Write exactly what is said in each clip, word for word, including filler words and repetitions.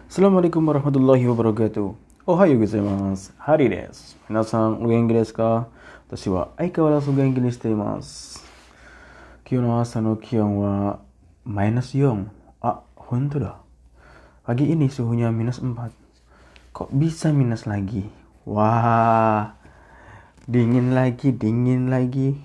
Assalamualaikum warahmatullahi wabarakatuh. Ohayo gozaimasu. Hari desu. Minasan, o genki desu ka? Watashi wa aikawarazu genki ni shite imasu. Kyou no asa no kion wa minus empat. Ah, honto da. Pagi ini suhunya minus empat. Kok bisa minus lagi? Wah, dingin lagi, dingin lagi.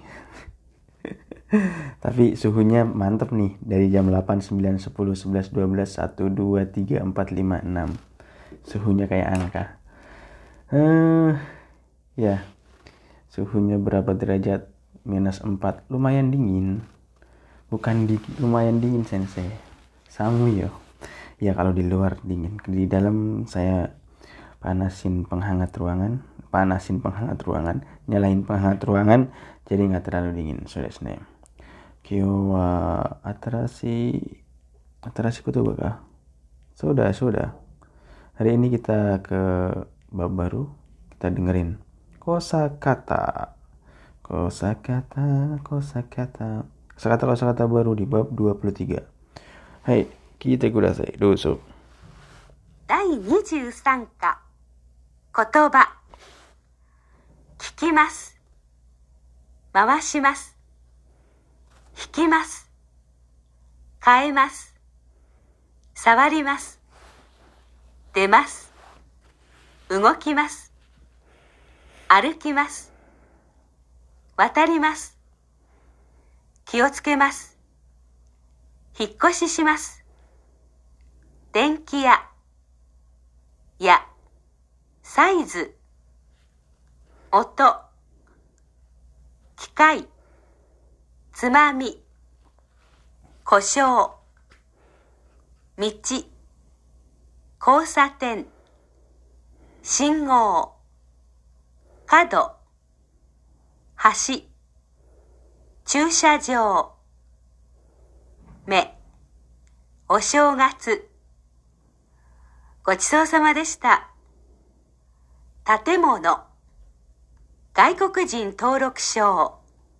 Tapi suhunya mantep nih. Dari jam delapan, sembilan, sepuluh, sebelas, dua belas, satu, dua, tiga, empat, lima, enam. Suhunya kayak angka. Eh, ya. Suhunya berapa derajat? Minus empat. Lumayan dingin. Bukan di, lumayan dingin sensei. Samu yo. Ya kalau di luar dingin. Di dalam saya panasin penghangat ruangan. Panasin penghangat ruangan. Nyalain penghangat ruangan. Jadi nggak terlalu dingin. So desu ne. Kyou wa atarashi atarashi kotoba ka? Sudah, sudah. Hari ini kita ke bab baru. Kita dengerin kosakata. Kosakata, kosakata. Kosakata-kosakata baru di bab dua puluh tiga. Hai, kiite kudasai. Dozo. だいにじゅうさん課言葉聞きます回します引きます変えます触ります出ます動きます歩きます渡ります気をつけます引っ越しします電気屋やサイズ音機械つまみ故障道交差点信号角橋駐車場目お正月ごちそうさまでした。建物外国人登録証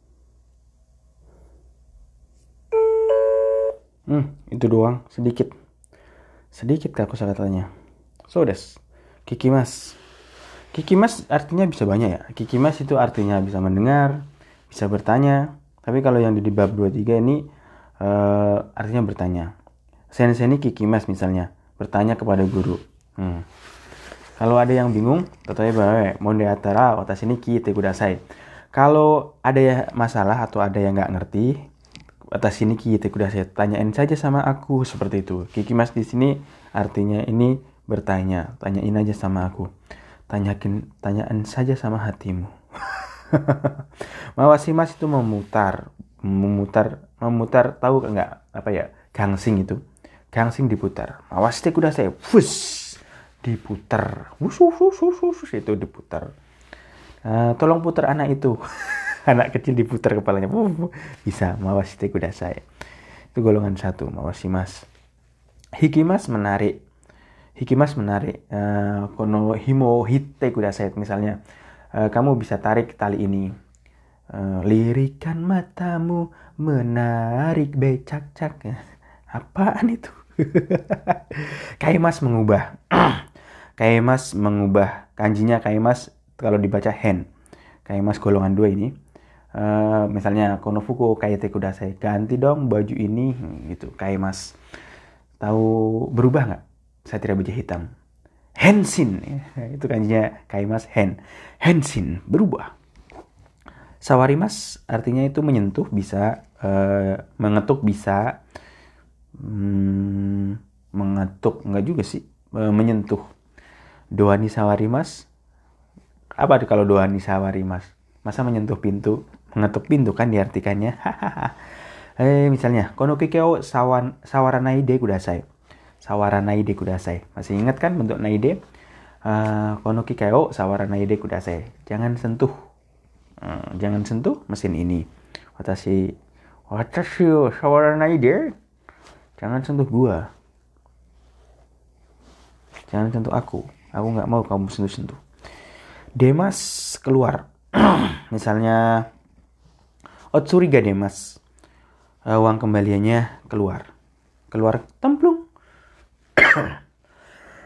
Hmm, itu doang, sedikit. Sedikit kah kosakatanya. So desu. Kikimas. Kikimas artinya bisa banyak ya. Kikimas itu artinya bisa mendengar, bisa bertanya. Tapi kalau yang di bab dua puluh tiga ini uh, artinya bertanya. Sensei ini kikimas misalnya. Bertanya kepada guru. Hmm. Kalau ada yang bingung, totoe bae, monde atara watashi ni kiite kudasai. Kalau ada masalah atau ada yang nggak ngerti, watashi ni kiite kudasai. Tanyain saja sama aku, seperti itu. Kikimas di sini artinya ini bertanya, tanyain aja sama aku. Tanyakin, tanyaan saja sama hatimu. Mawashimas itu memutar, memutar, memutar, tahu nggak apa ya? Gangsing itu. Gangsing diputar. Mawashite kudasai. Fush. Diputar. Wush, wush, wush, wush, itu diputar. Uh, tolong putar anak itu. Anak kecil diputar kepalanya. Uh, bisa. Mawashite kudasai. Itu golongan satu. Mawashimas. Hikimas menarik. Hikimas menarik. Uh, kono himo hitte kudasai. Misalnya. Uh, kamu bisa tarik tali ini. Uh, lirikan matamu menarik becak-cak. Apaan itu? Kaimas mengubah. Kaimas mengubah. Kanjinya kaimas kalau dibaca hen. Kaimas golongan dua ini. Uh, misalnya konofuku kaite kudasai. Ganti dong baju ini gitu. Kaimas. Tahu berubah nggak? Saya tidak baju hitam. Henshin. Itu kanjinya kaimas hen. Henshin berubah. Sawarimas artinya itu menyentuh bisa, uh, mengetuk bisa. Hmm, mengetuk enggak juga sih, e, menyentuh. Doani sawarimas. Apa tuh kalau doani sawarimas? Masa menyentuh pintu, mengetuk pintu kan diartikannya. eh misalnya kono kikeo sawan sawaranaide kudasai. Sawaranaide kudasai. Masih ingat kan bentuk naide? Uh, kono kikeo sawaranaide kudasai. Jangan sentuh. Uh, jangan sentuh mesin ini. Watashi watashi sawaranaide. Jangan sentuh gua. Jangan sentuh aku. Aku nggak mau kamu sentuh-sentuh. Demas keluar. Misalnya Otsuriga demas. Uh, uang kembaliannya keluar. Keluar templung.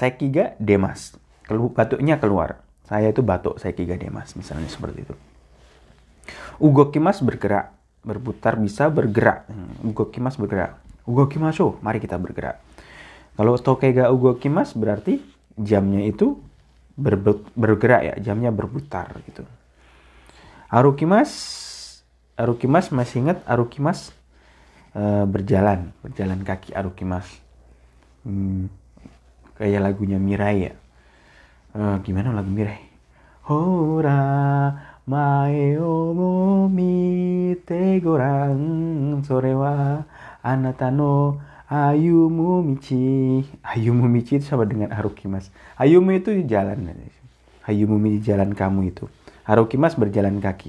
Seikiga demas. Kelu- batuknya keluar. Saya itu batuk seikiga demas. Misalnya seperti itu. Ugokimasu bergerak. Berputar bisa bergerak. Ugokimasu bergerak. Ugokimasu, mari kita bergerak. Kalau tokega ugokimasu berarti jamnya itu ber- bergerak ya. Jamnya berputar gitu. Arukimasu. Arukimasu masih ingat Arukimasu? Uh, berjalan, berjalan kaki Arukimasu. Hmm, kayak lagunya Mirai ya. Uh, gimana lagu Mirai? Hora mae o mo mite goran sore wa anata no ayumu michi. Ayumu michi itu sama dengan Arukimasu. Ayumu itu jalan. Ayumu michi jalan kamu itu. Arukimasu berjalan kaki.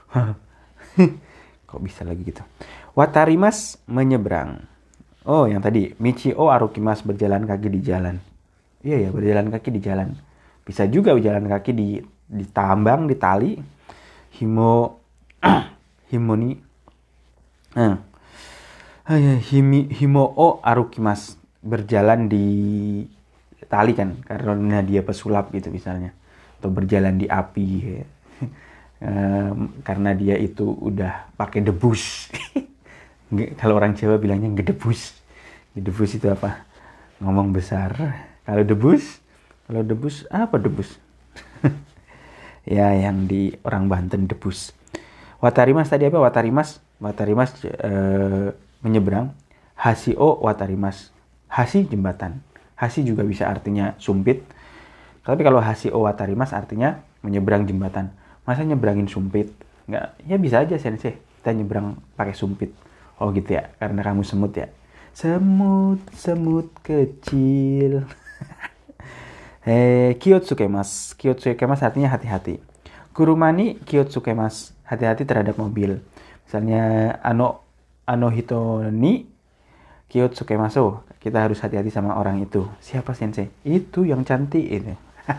Kok bisa lagi gitu? Watarimasu menyeberang. Oh, yang tadi Michio Arukimasu berjalan kaki di jalan. Iya ya, berjalan kaki di jalan. Bisa juga berjalan kaki di di tambang, di tali. Himo himoni. Nah. Himi, himo o Arukimasu berjalan di tali kan, karena dia pesulap gitu misalnya. Atau berjalan di api ya. Um, karena dia itu udah pakai debus. Kalau orang Jawa bilangnya ngedebus. Ngedebus itu apa? Ngomong besar. Kalau debus, kalau debus apa debus? Ya, yang di orang Banten debus. Watarimasu tadi apa? Watarimasu, Watarimasu uh, menyeberang. Hasio Watarimasu. Hasi jembatan. Hasi juga bisa artinya sumpit. Tapi kalau hasio Watarimasu artinya menyeberang jembatan. Masa nyebrangin sumpit? Nggak, ya bisa aja sensei. Kita nyebrang pakai sumpit. Oh gitu ya, karena kamu semut ya. Semut, semut kecil. eh, Kiyotsukemas. Kiyotsukemas artinya hati-hati. Kurumani kiyotsukemas. Hati-hati terhadap mobil. Misalnya, ano, ano hito ni kiyotsukemasu. Kita harus hati-hati sama orang itu. Siapa sensei? Itu yang cantik itu.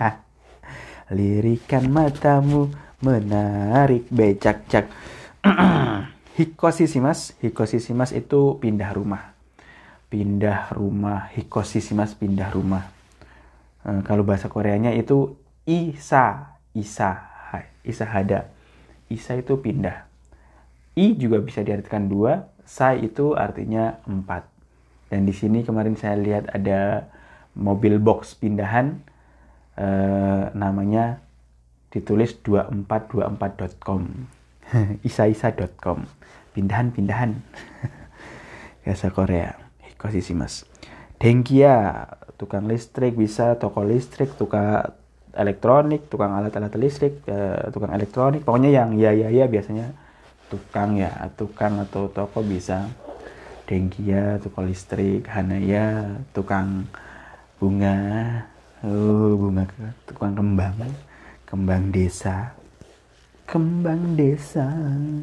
Lirikan matamu menarik becak-cak. Hikosishimas. Hikosishimas itu pindah rumah. Pindah rumah. Hikosishimas pindah rumah. E, kalau bahasa Koreanya itu isa. Isa. Isa hada. Isa itu pindah. I juga bisa diartikan dua. Sai itu artinya empat. Dan di sini kemarin saya lihat ada mobil box pindahan. E, namanya ditulis dua empat dua empat dot com. Isa-isa dot com. Pindahan-pindahan. Bahasa Korea. Hikosishimasu. Denkia, tukang listrik bisa, toko listrik, tukang elektronik, tukang alat-alat listrik, uh, tukang elektronik. Pokoknya yang ya ya ya biasanya tukang ya, tukang atau toko bisa. Denkia, toko listrik, Hanaya, tukang bunga, oh bunga, tukang kembang. Kembang desa. Kembang desa.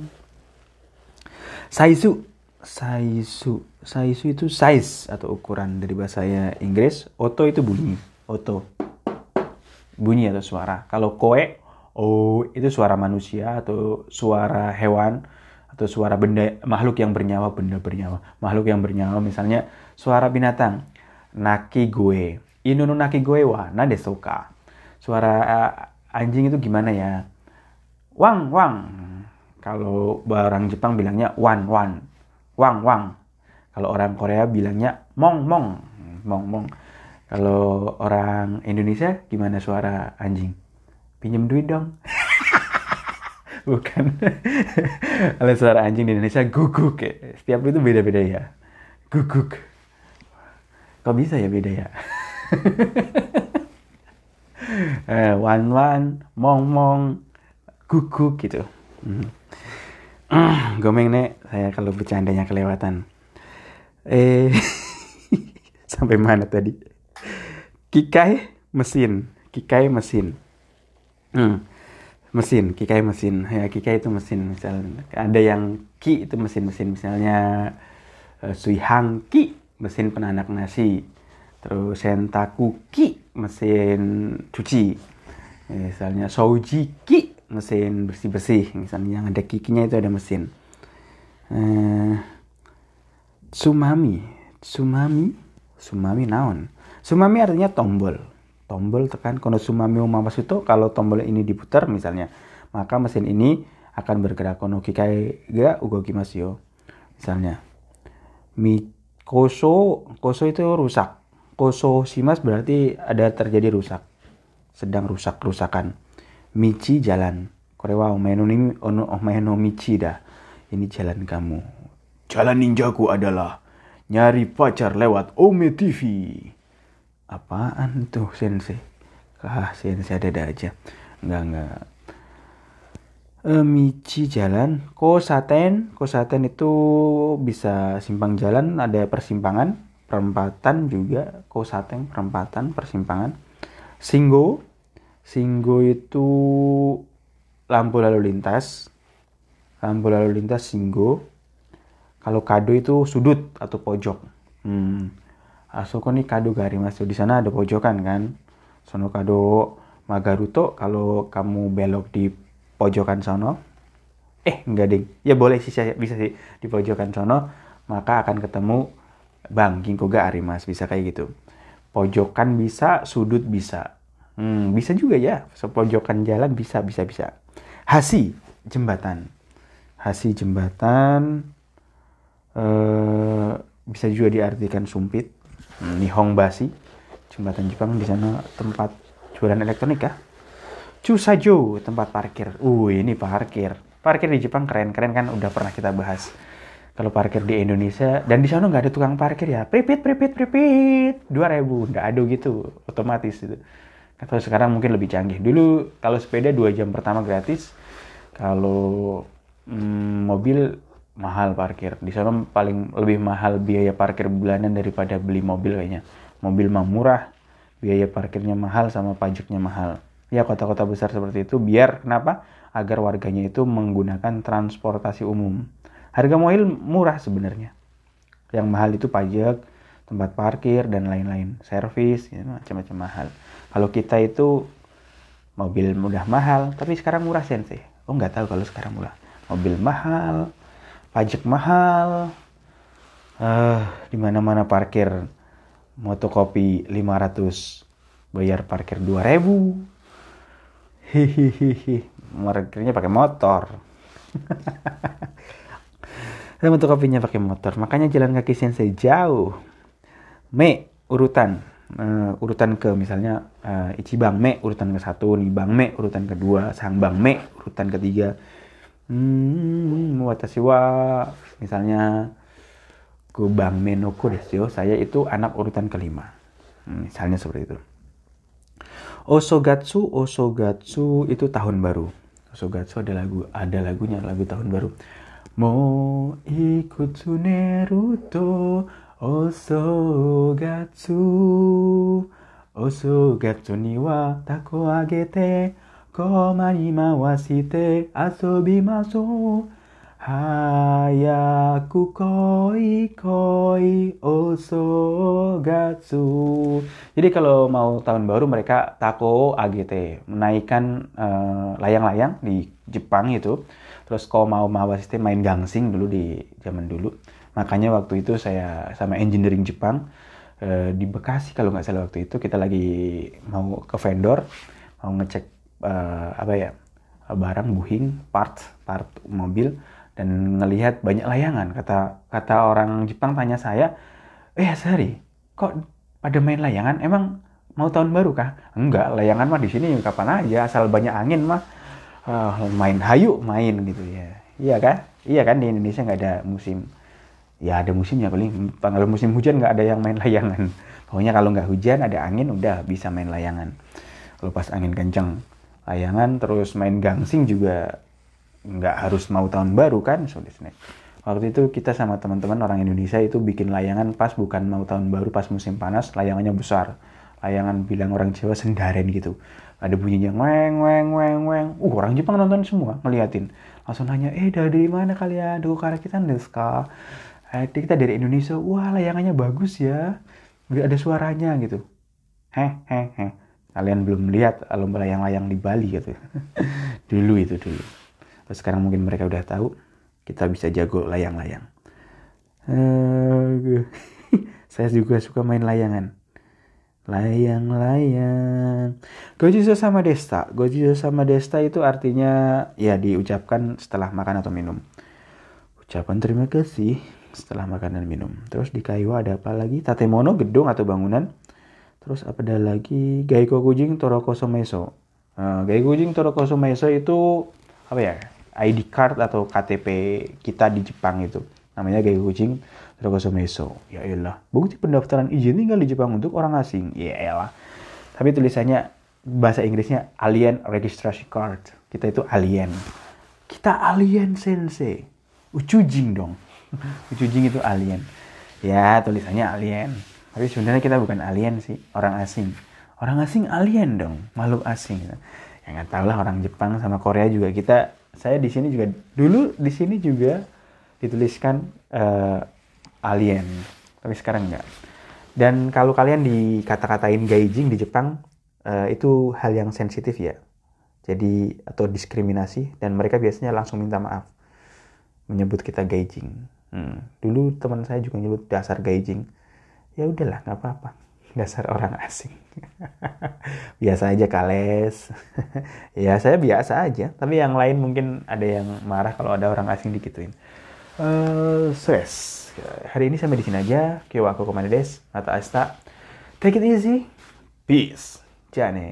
Saizu. Saizu. Saizu itu size atau ukuran dari bahasa Inggris. Oto itu bunyi. Oto. Bunyi atau suara. Kalau koe, oh itu suara manusia atau suara hewan atau suara benda, makhluk yang bernyawa, benda bernyawa. Makhluk yang bernyawa misalnya suara binatang. Naki gue. Inu no naki gue wa na desu ka. Suara uh, anjing itu gimana ya? Wang, wang. Kalau orang Jepang bilangnya wan, wan. Wang, wang. Kalau orang Korea bilangnya mong, mong. Mong, mong. Kalau orang Indonesia gimana suara anjing? Pinjem duit dong. Bukan. Kalau suara anjing di Indonesia guguk. Setiap itu beda-beda ya. Guguk. Kok bisa ya beda ya? eh, wan wan, mong mong, guguk gitu. Hmm. Gomeng nek, saya kalau bercandanya kelewatan. Eh, sampai mana tadi? Kikai mesin, kikai mesin. Hmm. Mesin, kikai mesin. Ya, kikai itu mesin. Misalnya ada yang ki itu mesin-mesin. Misalnya uh, suihang ki, mesin penanak nasi. Terus sentaku ki, mesin cuci. Misalnya souji ki, mesin bersih-bersih. Misalnya yang ada kikinya itu ada mesin. Uh, tsumami, tsumami, tsumami naon. Sumami artinya tombol. Tombol tekan kono sumami o mawasuto, kalau tombol ini diputar misalnya, maka mesin ini akan bergerak. Kono kikai ga ugokimasu yo. Misalnya, mi koso, koso itu rusak. Koso shimas berarti ada terjadi rusak. Sedang rusak, rusakan. Michi jalan. Korewa omae no ni ono omae no michi da. Ini jalan kamu. Jalan ninjaku adalah nyari pacar lewat Ome T V. Apaan tuh sensei? Ah, sensei ada-ada aja. Enggak, enggak. E, michi jalan. Kosaten. Kosaten itu bisa simpang jalan. Ada persimpangan. Perempatan juga. Kosaten, perempatan, persimpangan. Singgo. Singgo itu lampu lalu lintas. Lampu lalu lintas singgo. Kalau kado itu sudut atau pojok. Hmm. Asoko nih kado gari mas. Di sana ada pojokan kan. Sono kado Magaruto. Kalau kamu belok di pojokan sono. Eh enggak ding. Ya boleh sih, bisa sih di pojokan sono. Maka akan ketemu Bang Ginkgo ga arimasu. Bisa kayak gitu. Pojokan bisa, sudut bisa. Hmm, bisa juga ya. Sepojokan jalan bisa, bisa, bisa. Hasi, jembatan. Hasi, jembatan. Eh, bisa juga diartikan sumpit. Nihonbashi, jembatan Jepang. Di sana tempat jualan elektronik ya. Chusajo, tempat parkir. Uh, ini parkir. Parkir di Jepang keren-keren kan, udah pernah kita bahas. Kalau parkir di Indonesia, dan di sana nggak ada tukang parkir ya. Pripit, pripit, pripit. dua ribu, nggak ada gitu. Otomatis itu. Atau sekarang mungkin lebih canggih. Dulu kalau sepeda dua jam pertama gratis. Kalau mm, mobil mahal parkir. Di sana paling lebih mahal biaya parkir bulanan daripada beli mobil kayaknya. Mobil mah murah, biaya parkirnya mahal sama pajaknya mahal. Ya kota-kota besar seperti itu biar kenapa? Agar warganya itu menggunakan transportasi umum. Harga mobil murah sebenarnya. Yang mahal itu pajak, tempat parkir dan lain-lain, servis, ya, macam-macam mahal. Kalau kita itu mobil mudah mahal, tapi sekarang murah sensei. Oh nggak tahu kalau sekarang murah. Mobil mahal. Pajak mahal, uh, di mana-mana parkir, motokopi lima ratus, bayar parkir dua ribu, hihihihi, parkirnya pakai motor, dan motokopinya pakai motor, makanya jalan kaki sensei jauh. Me, urutan, uh, urutan ke misalnya uh, Ichibang Me, urutan ke satu, Nibang Me, urutan kedua, Sangbang Me, urutan ketiga. Hmm, watashi wa misalnya Kubang Menoko desu yo. Saya itu anak urutan kelima. Hmm, misalnya seperti itu. Osogatsu, Osogatsu itu tahun baru. Osogatsu ada lagu, ada lagunya, lagu tahun baru. Mo ikutsu neru to Osogatsu. Osogatsu ni wa tako agete Koma ni mawashite asobimasu. Hayaku koi koi osogatsu. Jadi kalau mau tahun baru mereka tako agete, menaikkan uh, layang-layang di Jepang itu. Terus kalau mau mawashite main gangsing dulu di zaman dulu. Makanya waktu itu saya sama engineering Jepang uh, di Bekasi kalau nggak salah waktu itu kita lagi mau ke vendor, mau ngecek Uh, apa ya barang buhing part part mobil dan ngelihat banyak layangan. Kata kata orang Jepang tanya saya, eh Sari, kok pada main layangan? Emang mau tahun baru kah? Enggak, layangan mah di sini kapan aja asal banyak angin mah uh, main hayu main gitu ya. Iya kan? Iya kan di Indonesia nggak ada musim. Ya ada musimnya paling. Kalau musim hujan nggak ada yang main layangan. Pokoknya kalau nggak hujan ada angin udah bisa main layangan. Kalau pas angin kencang layangan, terus main gangsing juga nggak harus mau tahun baru kan. So, waktu itu kita sama teman-teman orang Indonesia itu bikin layangan pas bukan mau tahun baru, pas musim panas, layangannya besar. Layangan bilang orang Jawa sendaren gitu. Ada bunyinya weng weng weng weng. Uh, orang Jepang nonton semua, ngeliatin. Langsung nanya, eh dari mana kalian? Duh, karena kita deska. Eh, kita dari Indonesia. Wah, layangannya bagus ya. Ada suaranya gitu. Heh, heh, heh. Kalian belum lihat lomba layang-layang di Bali gitu. Dulu itu dulu. Terus sekarang mungkin mereka udah tahu kita bisa jago layang-layang. Uh, saya juga suka main layangan. layang-layang. Gojizo sama desta. Gojizo sama desta itu artinya ya diucapkan setelah makan atau minum. Ucapan terima kasih setelah makan dan minum. Terus di Kaiwa ada apa lagi? Tatemono, gedung atau bangunan. Terus apa ada lagi? Gaiko kujing toroko someso. Uh, Gaiko kujing toroko someso itu apa ya? I D card atau K T P kita di Jepang itu. Namanya Gaiko kujing toroko someso. Ya elah, bukti pendaftaran izin tinggal di Jepang untuk orang asing. Ya elah. Tapi tulisannya bahasa Inggrisnya Alien Registration Card. Kita itu alien. Kita alien sensei. Uchujing dong. Uchujing itu alien. Ya, tulisannya alien. Tapi sebenarnya kita bukan alien sih, orang asing. Orang asing alien dong, makhluk asing. Ya nggak tahu lah, orang Jepang sama Korea juga kita. Saya di sini juga dulu di sini juga dituliskan uh, alien, tapi sekarang nggak. Dan kalau kalian dikata-katain gaijing di Jepang, uh, itu hal yang sensitif ya. Jadi atau diskriminasi, dan mereka biasanya langsung minta maaf. Menyebut kita gaijing. Hmm. Dulu teman saya juga nyebut dasar gaijing. Ya udahlah, nggak apa-apa. Dasar orang asing. Biasa aja kales. Ya saya biasa aja. Tapi yang lain mungkin ada yang marah kalau ada orang asing dikituin. Uh, stress. Hari ini sampai di sini aja. Kyo aku komande desu. Mata asta. Take it easy. Peace. Jane.